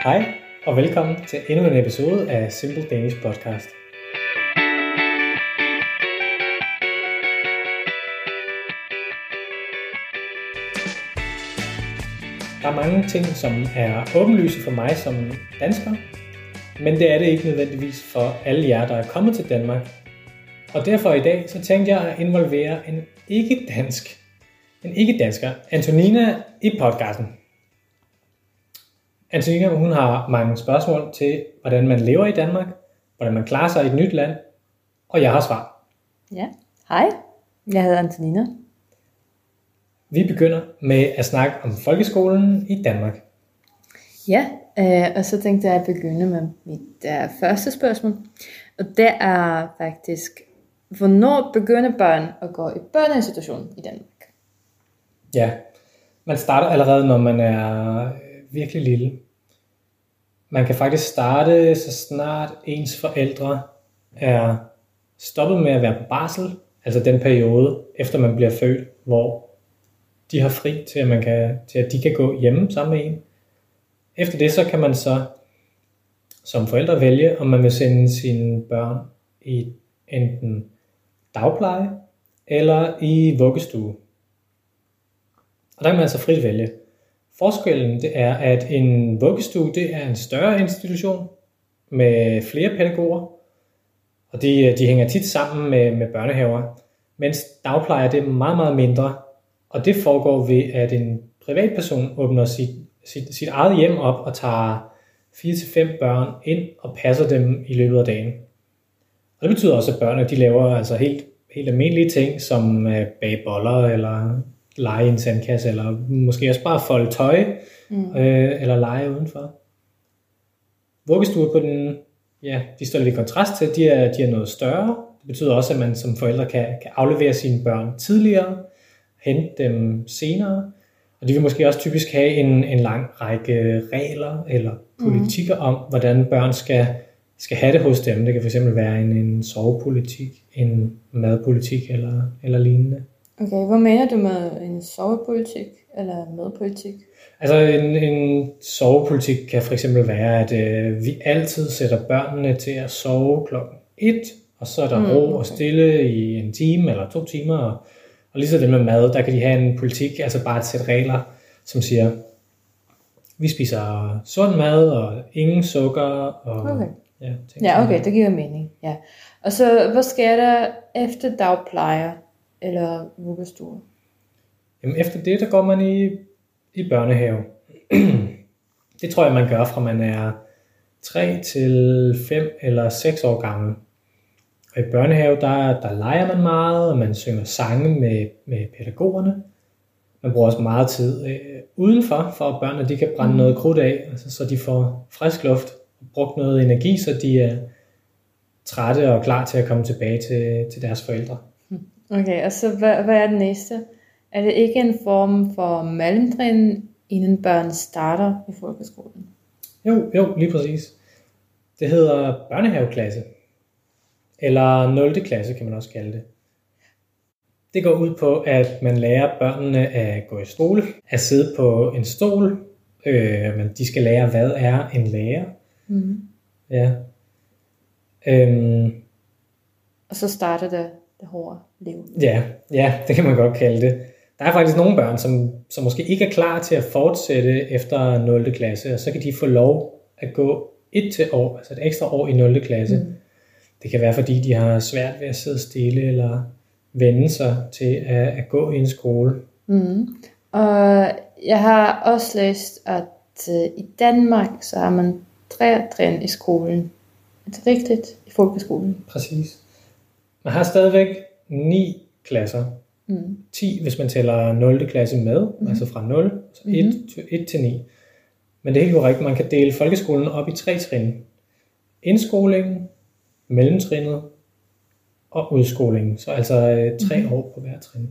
Hej og velkommen til endnu en episode af Simple Danish Podcast. Der er mange ting, som er åbenlyse for mig som dansker, men det er det ikke nødvendigvis for alle jer, der er kommet til Danmark. Og derfor i dag, så tænkte jeg at involvere en ikke-dansker, Antonina, i podcasten. Antonina, hun har mange spørgsmål til, hvordan man lever i Danmark, hvordan man klarer sig i et nyt land, og jeg har svar. Ja, hej. Jeg hedder Antonina. Vi begynder med at snakke om folkeskolen i Danmark. Ja, og så tænkte jeg at begynde med mit første spørgsmål. Og det er faktisk, hvornår begynder børn at gå i børneinstitution i Danmark? Ja, man starter allerede, når man er virkelig lille. Man kan faktisk starte, så snart ens forældre er stoppet med at være på barsel, altså den periode, efter man bliver født, hvor de har fri til, at de kan gå hjemme sammen med en. Efter det, så kan man så som forældre vælge, om man vil sende sine børn i enten dagpleje eller i vuggestue. Og der kan man altså frit vælge. Forskellen det er, at en vuggestue det er en større institution med flere pædagoger, og de hænger tit sammen med børnehaver, mens dagpleje det er meget, meget mindre, og det foregår ved, at en privatperson åbner sit eget hjem op og tager 4-5 børn ind og passer dem i løbet af dagen. Og det betyder også, at børnene de laver altså helt almindelige ting, som bage boller eller lege i en sandkasse, eller måske også bare folde tøj, eller lege udenfor. Vuggestuer på den, de står lidt i kontrast til, de er noget større. Det betyder også, at man som forældre kan aflevere sine børn tidligere, hente dem senere, og de vil måske også typisk have en lang række regler eller politikker om, hvordan børn skal have det hos dem. Det kan fx være en sovepolitik, en madpolitik eller lignende. Okay, hvad mener du med en sovepolitik eller madpolitik? Altså en sovepolitik kan for eksempel være, at vi altid sætter børnene til at sove klokken 1, og så er der ro og stille i en time eller 2 timer. Og lige så det med mad, der kan de have en politik, altså bare et sæt regler, som siger, vi spiser sund mad og ingen sukker. Og, okay. Okay, det giver mening. Ja. Og så, hvad sker der efter dagplejer eller vuggestuer? Jamen efter det, der går man i børnehave. Det tror jeg, man gør fra man er 3 til 5 eller 6 år gammel. Og i børnehave, der leger man meget, og man synger sange med pædagogerne. Man bruger også meget tid udenfor, for at børnene de kan brænde noget krudt af, altså, så de får frisk luft og brugt noget energi, så de er trætte og klar til at komme tilbage til deres forældre. Okay, og så hvad er det næste? Er det ikke en form for mellemtrin, inden børn starter i folkeskolen? Jo, lige præcis. Det hedder børnehaveklasse. Eller 0. klasse kan man også kalde det. Det går ud på, at man lærer børnene at gå i skole, at sidde på en stol. De skal lære, hvad er en lærer. Ja. Og så starter det hårde liv. Ja, det kan man godt kalde det. Der er faktisk nogle børn, som måske ikke er klar til at fortsætte efter 0. klasse, og så kan de få lov at gå et ekstra år i 0. klasse. Det kan være, fordi de har svært ved at sidde stille eller vende sig til at gå i en skole. Og jeg har også læst, at i Danmark, så har man 3 trin i skolen. Er det rigtigt? I folkeskolen? Præcis. Man har stadigvæk 9 klasser. 10, hvis man tæller 0. klasse med, altså fra 0, så 1 til 9. Men det er helt korrekt, man kan dele folkeskolen op i 3 trin. Indskolingen, mellemtrinnet og udskolingen. Så altså 3 år på hver trin.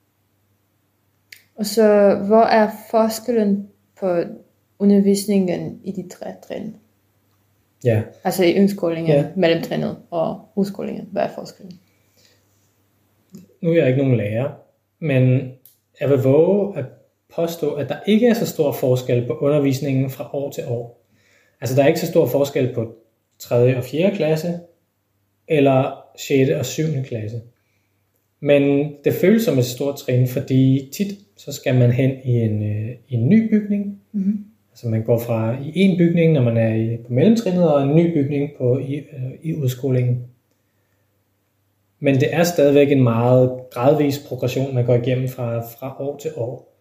Og så hvor er forskellen på undervisningen i de 3 trin? Ja. Altså i indskolingen, mellemtrinnet og udskolingen. Hvad er forskellen? Nu er jeg ikke nogen lærer, men jeg vil våge at påstå, at der ikke er så stor forskel på undervisningen fra år til år. Altså der er ikke så stor forskel på 3. og 4. klasse, eller 6. og 7. klasse. Men det føles som et stort trin, fordi tit så skal man hen i en ny bygning. Mhm. Altså man går fra i en bygning, når man er på mellemtrinnet, og en ny bygning i udskolingen. Men det er stadigvæk en meget gradvis progression, man går igennem fra år til år.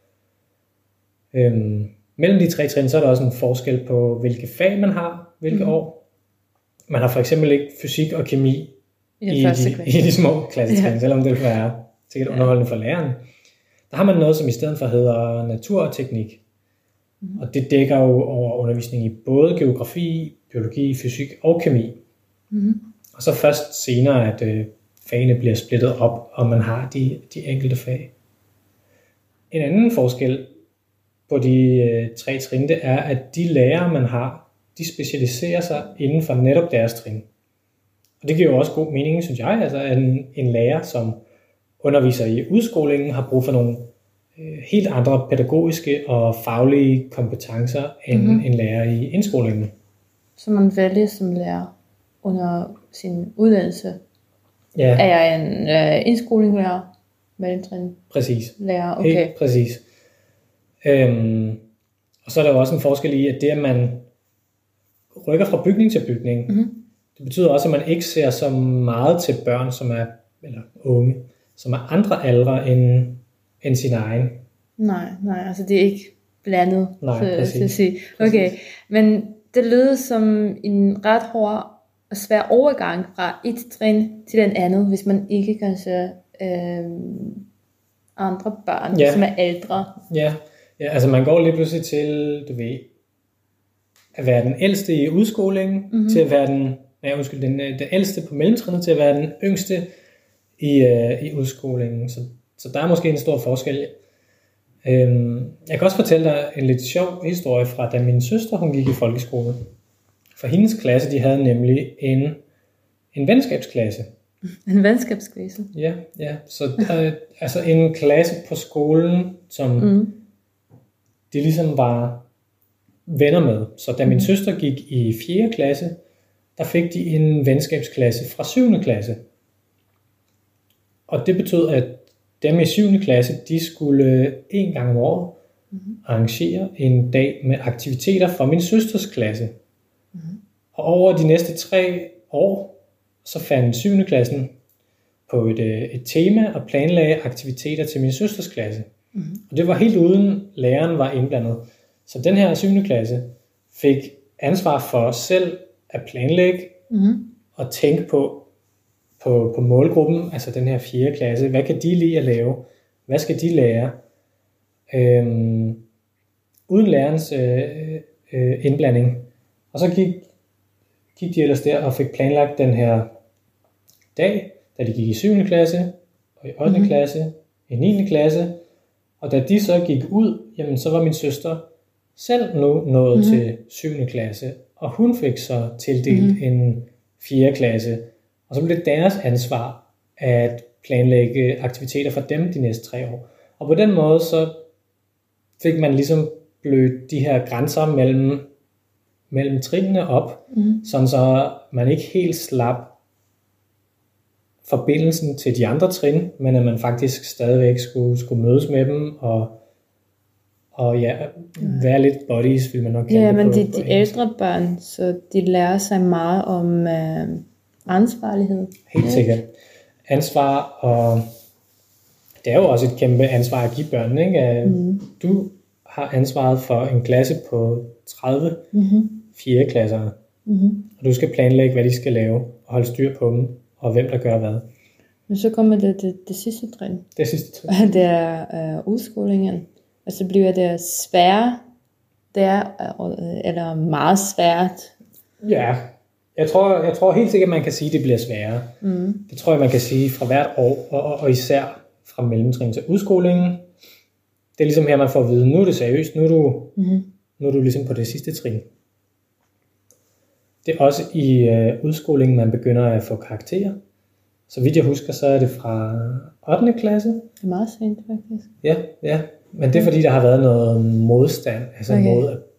Mellem de 3 trin, så er der også en forskel på, hvilke fag man har, hvilke år. Man har for eksempel ikke fysik og kemi i de små klassetrin, selvom det vil være sikkert underholdende for læreren. Der har man noget, som i stedet for hedder natur og teknik. Og det dækker jo over undervisning i både geografi, biologi, fysik og kemi. Og så først senere, at fagene bliver splittet op, og man har de enkelte fag. En anden forskel på de 3 trin, det er, at de lærere, man har, de specialiserer sig inden for netop deres trin. Og det giver jo også god mening, synes jeg, altså en lærer, som underviser i udskolingen, har brug for nogle helt andre pædagogiske og faglige kompetencer end en lærer i indskolingen. Så man vælger som lærer under sin uddannelse. Ja. Er jeg en indskolingslærer, mellemtrin? Præcis. Lærer, okay. Helt præcis. Og så er der jo også en forskel i, at det, at man rykker fra bygning til bygning, det betyder også, at man ikke ser så meget til børn, som er, eller unge, som er andre aldre end sin egen. Nej, altså det er ikke blandet. Nej, præcis. At sige. Okay, men det lyder som en ret hård og svær overgang fra et trin til den anden, hvis man ikke kan se andre børn, som er ældre. Ja, altså man går lige pludselig til, du ved, at være den ældste i udskolingen, til at være den ældste på mellemtrinnet, til at være den yngste i udskolingen. Så der er måske en stor forskel. Jeg kan også fortælle dig en lidt sjov historie fra, da min søster hun gik i folkeskole. For hendes klasse, de havde nemlig en venskabsklasse. En venskabsklasse? Ja. Så altså en klasse på skolen, som de ligesom var venner med. Så da min søster gik i 4. klasse, der fik de en venskabsklasse fra 7. klasse. Og det betød, at dem i 7. klasse, de skulle en gang om året arrangere en dag med aktiviteter fra min søsters klasse. Og over de næste 3 år, så fandt 7. klassen på et tema og planlagde aktiviteter til min søsters klasse. Og det var helt uden læreren var indblandet. Så den her 7. klasse fik ansvar for selv at planlægge og tænke på målgruppen, altså den her 4. klasse. Hvad kan de lide at lave? Hvad skal de lære? Uden lærerens indblanding. Og så gik de ellers der og fik planlagt den her dag, da de gik i 7. klasse, og i 8. klasse, i 9. klasse. Og da de så gik ud, jamen så var min søster selv nu nået til 7. klasse, og hun fik så tildelt en 4. klasse. Og så blev det deres ansvar at planlægge aktiviteter for dem de næste 3 år. Og på den måde så fik man ligesom blødt de her grænser mellem trinene op, sådan så man ikke helt slap forbindelsen til de andre trin, men at man faktisk stadigvæk skulle mødes med dem og være lidt buddies, vil man nok kalde det. Ja, men de ældre børn, så de lærer sig meget om ansvarlighed. Helt sikkert. Ansvar, og det er jo også et kæmpe ansvar at give børnene, ikke? Du har ansvaret for en klasse på 30 4. klasser, og du skal planlægge, hvad de skal lave, og holde styr på dem, og hvem der gør hvad. Men så kommer det sidste trin. Det sidste trin. Det er udskolingen. Og så bliver det svært, eller meget svært. Ja, jeg tror helt sikkert, man kan sige, at det bliver sværere. Det tror jeg, man kan sige fra hvert år, og især fra mellemtrin til udskolingen. Det er ligesom her, man får at vide, nu er det seriøst, nu er du ligesom på det sidste trin. Det er også i udskolingen, man begynder at få karakterer. Så vidt jeg husker, så er det fra 8. klasse. Det er meget sent faktisk. Ja. Men det er fordi, der har været noget modstand, altså mod at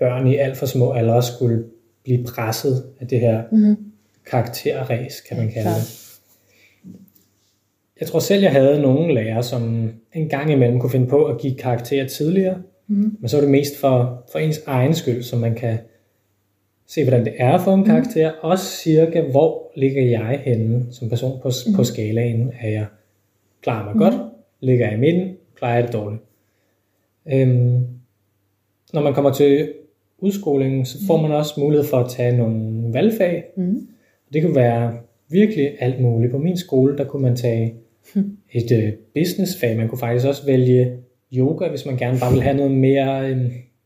børn i alt for små aldre skulle blive presset af det her karakterræs, kan man kalde det. Jeg tror selv, jeg havde nogle lærere, som en gang imellem kunne finde på at give karakterer tidligere, men så var det mest for ens egen skyld, så man kan se, hvordan det er at få en karakter, også cirka, hvor ligger jeg henne som person på skalaen. Er jeg klarer mig godt? Ligger jeg i midten? Klarer jeg det dårligt? Når man kommer til udskolingen, så får man også mulighed for at tage nogle valgfag. Det kunne være virkelig alt muligt. På min skole, der kunne man tage et businessfag. Man kunne faktisk også vælge yoga, hvis man gerne bare ville have noget mere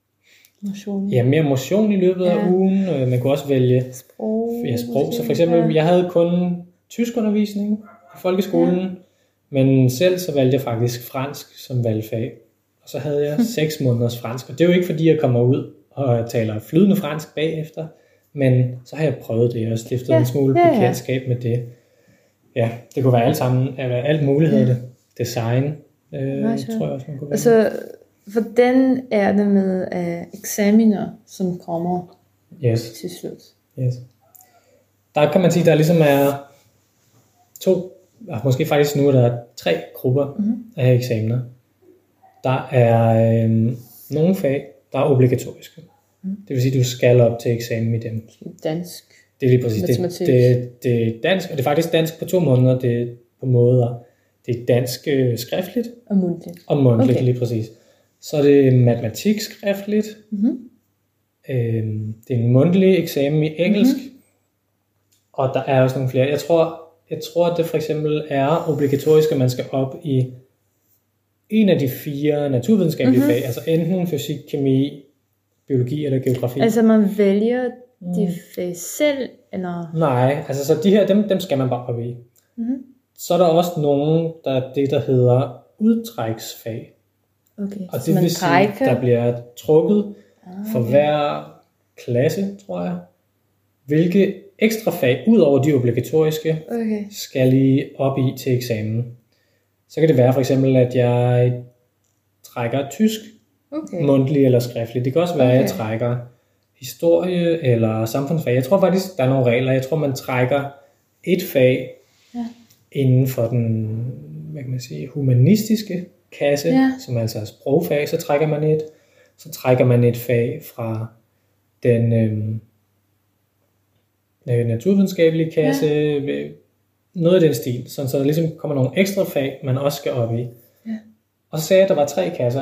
mere motion i løbet af ugen. Man kunne også vælge sprog. Så for eksempel, jeg havde kun tyskundervisning i folkeskolen, men selv så valgte jeg faktisk fransk som valgfag. Og så havde jeg 6 måneders fransk. Og det er jo ikke fordi, jeg kommer ud og taler flydende fransk bagefter, men så har jeg prøvet det og stiftet en smule bekendtskab med det. Ja, det kunne være alt muligt, det. Design, tror jeg også, man kunne være. Altså, hvordan er det med eksamener, som kommer til slut? Yes. Der kan man sige, der ligesom er 2, måske faktisk nu er der 3 grupper af eksamener. Der er nogle fag, der er obligatoriske. Det vil sige, at du skal op til eksamen i dem. Dansk. Det er lige præcis. Det er dansk, og det er faktisk dansk på 2 måneder. Det er på måder. Det er dansk skriftligt. Og mundtligt, lige præcis. Så er det matematik skriftligt. Det er en mundtlig eksamen i engelsk. Og der er også nogle flere. Jeg tror, at det for eksempel er obligatorisk, at man skal op i en af de 4 naturvidenskabelige fag. Altså enten fysik, kemi, biologi eller geografi. Altså man vælger de fag selv, eller? Nej, altså så de her, dem skal man bare op i. Så er der også nogle, der er det, der hedder udtræksfag. Okay, og det vil sige, der bliver trukket for hver klasse, tror jeg. Hvilke ekstra fag, ud over de obligatoriske, skal I op i til eksamen. Så kan det være for eksempel, at jeg trækker tysk, mundtlig eller skriftlig. Det kan også være, at jeg trækker historie eller samfundsfag. Jeg tror faktisk, der er nogle regler. Jeg tror, man trækker et fag inden for den, hvad kan man sige, humanistiske kasse, som altså er sprogfag. Så trækker man et. Så trækker man et fag fra den naturvidenskabelige kasse. Noget af den stil. Så der ligesom kommer nogle ekstra fag, man også skal op i. Og så sagde jeg, at der var 3 kasser.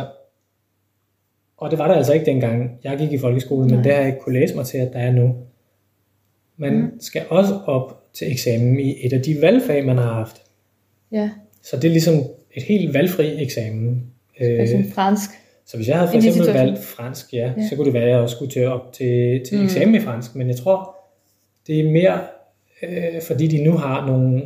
Og det var der altså ikke dengang, jeg gik i folkeskolen, men det har jeg ikke kunne læse mig til, at der er nu. Man skal også op til eksamen i et af de valgfag, man har haft. Så det er ligesom et helt valgfri eksamen. Fransk. Så hvis jeg havde for eksempel valgt fransk, så kunne det være, at jeg også skulle til op til eksamen i fransk. Men jeg tror, det er mere, fordi de nu har nogle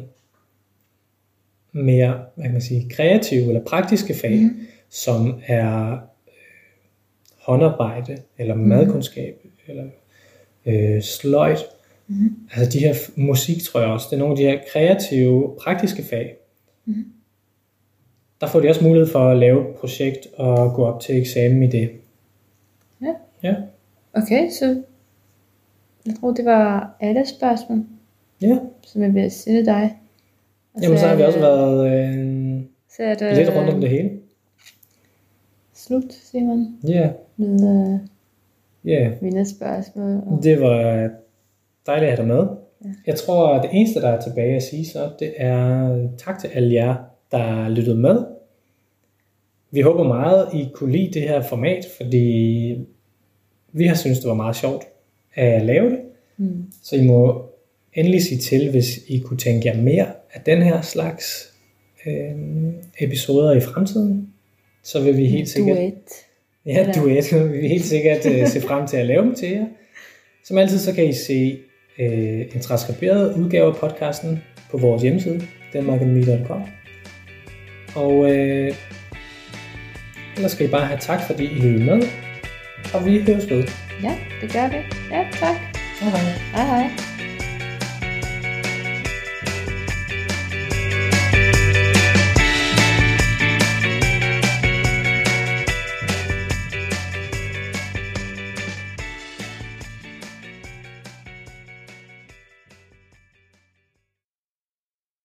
mere, hvad kan man sige, kreative eller praktiske fag, som er håndarbejde, eller madkundskab, eller sløjt. Altså de her musik, tror jeg også, det er nogle af de her kreative, praktiske fag. Der får de også mulighed for at lave et projekt og gå op til eksamen i det. Ja. Okay, så jeg tror, det var alle spørgsmål, som jeg vil stille dig. Jamen, så har vi også været lidt rundt om det hele. Slut, siger man. Med mine spørgsmål. Det var dejligt at have dig med. Jeg tror, at det eneste, der er tilbage at sige så, det er tak til alle jer, der lyttede med. Vi håber meget, I kunne lide det her format, fordi vi har syntes, det var meget sjovt at lave det. Så I må endelig sige til, hvis I kunne tænke jer mere af den her slags episoder i fremtiden. Så vil vi helt sikkert... duet. Vi vil helt sikkert se frem til at lave dem til jer. Som altid, så kan I se en transkriberet udgave af podcasten på vores hjemmeside, denmarkandme.com. Og ellers skal I bare have tak, fordi I lyttede med. Og vi høres ved. Ja, det gør vi. Ja, tak. Hej hej. Hej hej.